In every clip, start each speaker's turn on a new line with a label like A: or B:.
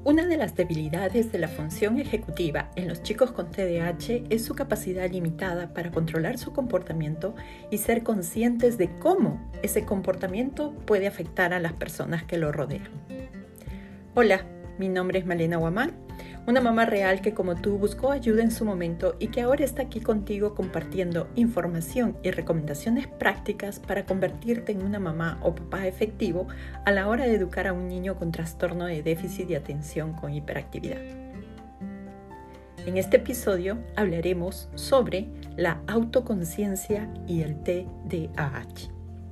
A: Una de las debilidades de la función ejecutiva en los chicos con TDAH es su capacidad limitada para controlar su comportamiento y ser conscientes de cómo ese comportamiento puede afectar a las personas que lo rodean. Hola, mi nombre es Malena Guamán, una mamá real que como tú buscó ayuda en su momento y que ahora está aquí contigo compartiendo información y recomendaciones prácticas para convertirte en una mamá o papá efectivo a la hora de educar a un niño con trastorno de déficit de atención con hiperactividad. En este episodio hablaremos sobre la autoconciencia y el TDAH.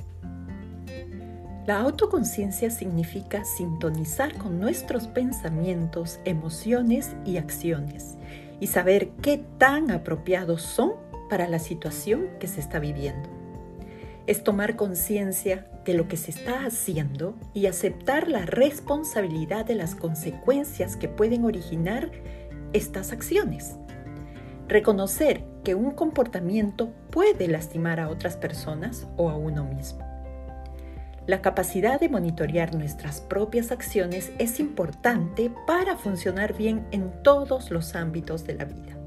A: La autoconciencia significa sintonizar con nuestros pensamientos, emociones y acciones y saber qué tan apropiados son para la situación que se está viviendo. Es tomar conciencia de lo que se está haciendo y aceptar la responsabilidad de las consecuencias que pueden originar estas acciones. Reconocer que un comportamiento puede lastimar a otras personas o a uno mismo. La capacidad de monitorear nuestras propias acciones es importante para funcionar bien en todos los ámbitos de la vida.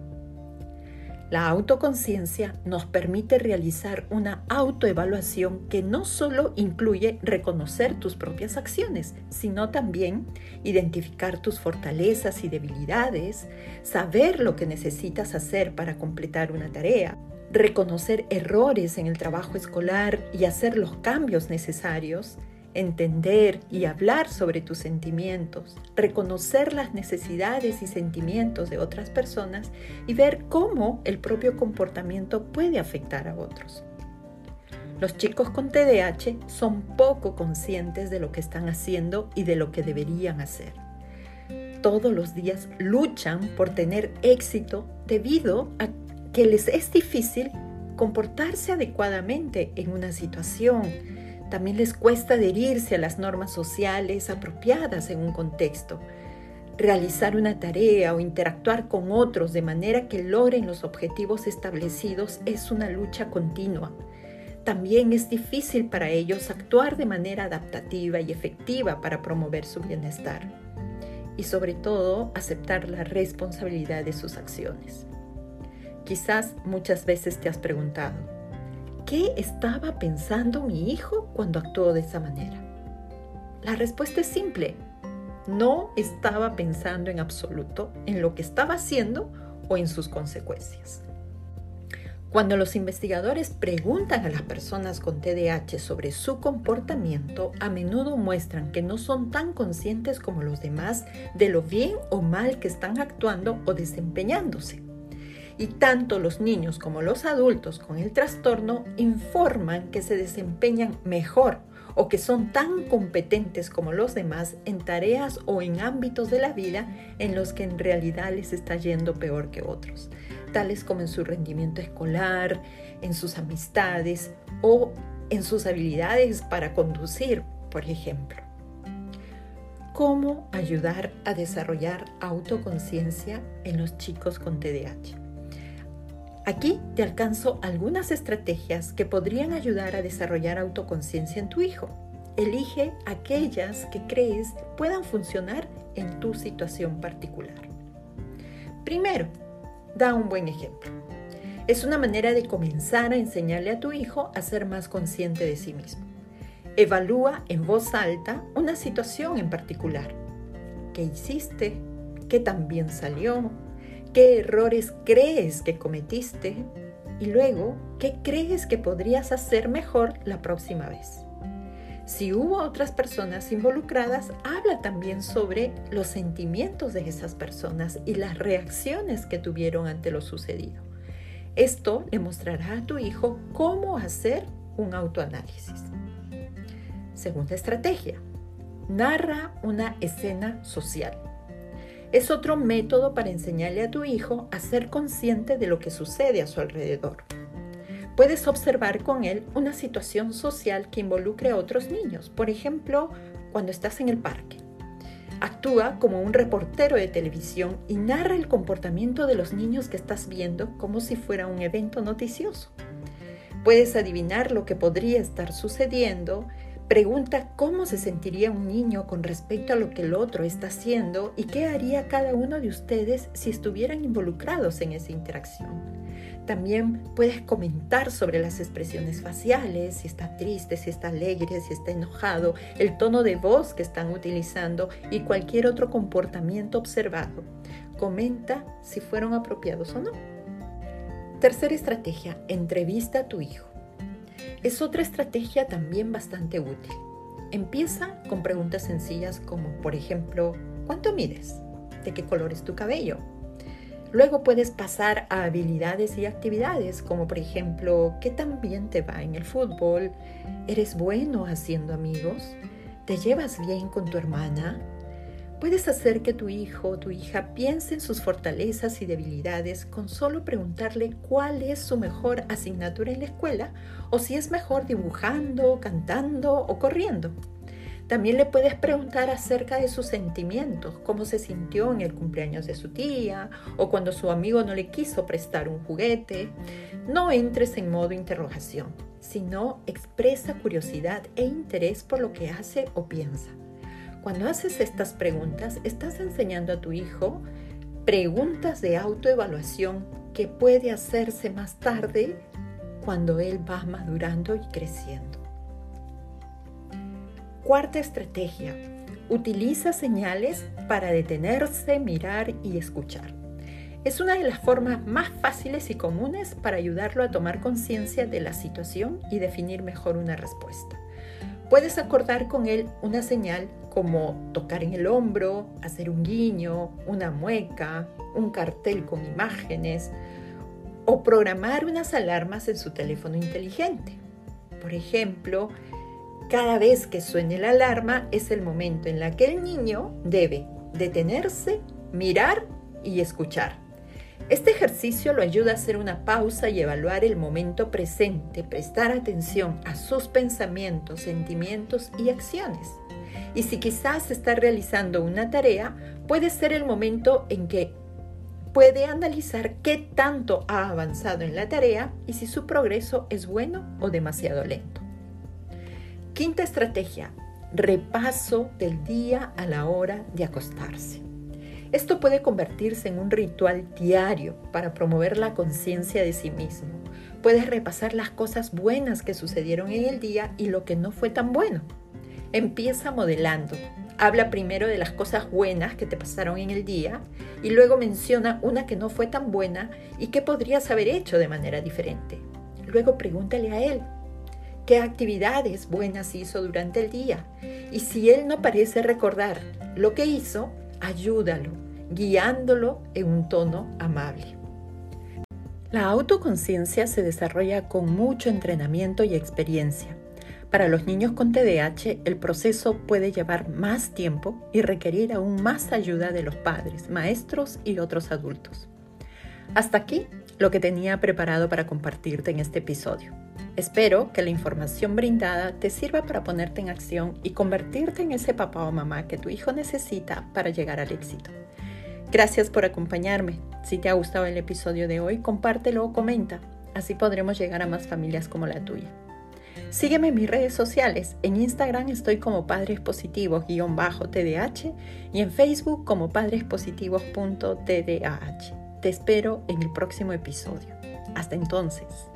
A: La autoconciencia nos permite realizar una autoevaluación que no solo incluye reconocer tus propias acciones, sino también identificar tus fortalezas y debilidades, saber lo que necesitas hacer para completar una tarea, reconocer errores en el trabajo escolar y hacer los cambios necesarios, entender y hablar sobre tus sentimientos, reconocer las necesidades y sentimientos de otras personas y ver cómo el propio comportamiento puede afectar a otros. Los chicos con TDAH son poco conscientes de lo que están haciendo y de lo que deberían hacer. Todos los días luchan por tener éxito debido a que les es difícil comportarse adecuadamente en una situación. También les cuesta adherirse a las normas sociales apropiadas en un contexto. Realizar una tarea o interactuar con otros de manera que logren los objetivos establecidos es una lucha continua. También es difícil para ellos actuar de manera adaptativa y efectiva para promover su bienestar. Y sobre todo, aceptar la responsabilidad de sus acciones. Quizás muchas veces te has preguntado, ¿qué estaba pensando mi hijo cuando actuó de esa manera? La respuesta es simple, no estaba pensando en absoluto en lo que estaba haciendo o en sus consecuencias. Cuando los investigadores preguntan a las personas con TDAH sobre su comportamiento, a menudo muestran que no son tan conscientes como los demás de lo bien o mal que están actuando o desempeñándose. Y tanto los niños como los adultos con el trastorno informan que se desempeñan mejor o que son tan competentes como los demás en tareas o en ámbitos de la vida en los que en realidad les está yendo peor que otros, tales como en su rendimiento escolar, en sus amistades o en sus habilidades para conducir, por ejemplo. ¿Cómo ayudar a desarrollar autoconciencia en los chicos con TDAH? Aquí te alcanzo algunas estrategias que podrían ayudar a desarrollar autoconciencia en tu hijo. Elige aquellas que crees puedan funcionar en tu situación particular. Primero, da un buen ejemplo. Es una manera de comenzar a enseñarle a tu hijo a ser más consciente de sí mismo. Evalúa en voz alta una situación en particular. ¿Qué hiciste? ¿Qué tan bien salió? ¿Qué errores crees que cometiste? Y luego, ¿qué crees que podrías hacer mejor la próxima vez? Si hubo otras personas involucradas, habla también sobre los sentimientos de esas personas y las reacciones que tuvieron ante lo sucedido. Esto le mostrará a tu hijo cómo hacer un autoanálisis. Segunda estrategia, narra una escena social. Es otro método para enseñarle a tu hijo a ser consciente de lo que sucede a su alrededor. Puedes observar con él una situación social que involucre a otros niños. Por ejemplo, cuando estás en el parque. Actúa como un reportero de televisión y narra el comportamiento de los niños que estás viendo como si fuera un evento noticioso. Puedes adivinar lo que podría estar sucediendo, Pregunta cómo se sentiría un niño con respecto a lo que el otro está haciendo y qué haría cada uno de ustedes si estuvieran involucrados en esa interacción. También puedes comentar sobre las expresiones faciales, si está triste, si está alegre, si está enojado, el tono de voz que están utilizando y cualquier otro comportamiento observado. Comenta si fueron apropiados o no. Tercera estrategia, entrevista a tu hijo. Es otra estrategia también bastante útil. Empieza con preguntas sencillas como, por ejemplo, ¿cuánto mides? ¿De qué color es tu cabello? Luego puedes pasar a habilidades y actividades como, por ejemplo, ¿qué tan bien te va en el fútbol? ¿Eres bueno haciendo amigos? ¿Te llevas bien con tu hermana? Puedes hacer que tu hijo o tu hija piense en sus fortalezas y debilidades con solo preguntarle cuál es su mejor asignatura en la escuela o si es mejor dibujando, cantando o corriendo. También le puedes preguntar acerca de sus sentimientos, cómo se sintió en el cumpleaños de su tía o cuando su amigo no le quiso prestar un juguete. No entres en modo interrogación, sino expresa curiosidad e interés por lo que hace o piensa. Cuando haces estas preguntas, estás enseñando a tu hijo preguntas de autoevaluación que puede hacerse más tarde cuando él va madurando y creciendo. Cuarta estrategia, utiliza señales para detenerse, mirar y escuchar. Es una de las formas más fáciles y comunes para ayudarlo a tomar conciencia de la situación y definir mejor una respuesta. Puedes acordar con él una señal como tocar en el hombro, hacer un guiño, una mueca, un cartel con imágenes o programar unas alarmas en su teléfono inteligente. Por ejemplo, cada vez que suene la alarma es el momento en el que el niño debe detenerse, mirar y escuchar. Este ejercicio lo ayuda a hacer una pausa y evaluar el momento presente, prestar atención a sus pensamientos, sentimientos y acciones. Y si quizás está realizando una tarea, puede ser el momento en que puede analizar qué tanto ha avanzado en la tarea y si su progreso es bueno o demasiado lento. Quinta estrategia, repaso del día a la hora de acostarse. Esto puede convertirse en un ritual diario para promover la conciencia de sí mismo. Puedes repasar las cosas buenas que sucedieron en el día y lo que no fue tan bueno. Empieza modelando. Habla primero de las cosas buenas que te pasaron en el día y luego menciona una que no fue tan buena y que podrías haber hecho de manera diferente. Luego pregúntale a él qué actividades buenas hizo durante el día y si él no parece recordar lo que hizo, ayúdalo, guiándolo en un tono amable. La autoconciencia se desarrolla con mucho entrenamiento y experiencia. Para los niños con TDAH, el proceso puede llevar más tiempo y requerir aún más ayuda de los padres, maestros y otros adultos. Hasta aquí lo que tenía preparado para compartirte en este episodio. Espero que la información brindada te sirva para ponerte en acción y convertirte en ese papá o mamá que tu hijo necesita para llegar al éxito. Gracias por acompañarme. Si te ha gustado el episodio de hoy, compártelo o comenta. Así podremos llegar a más familias como la tuya. Sígueme en mis redes sociales. En Instagram estoy como padrespositivos_TDAH y en Facebook como padrespositivos.tdah. Te espero en el próximo episodio. Hasta entonces.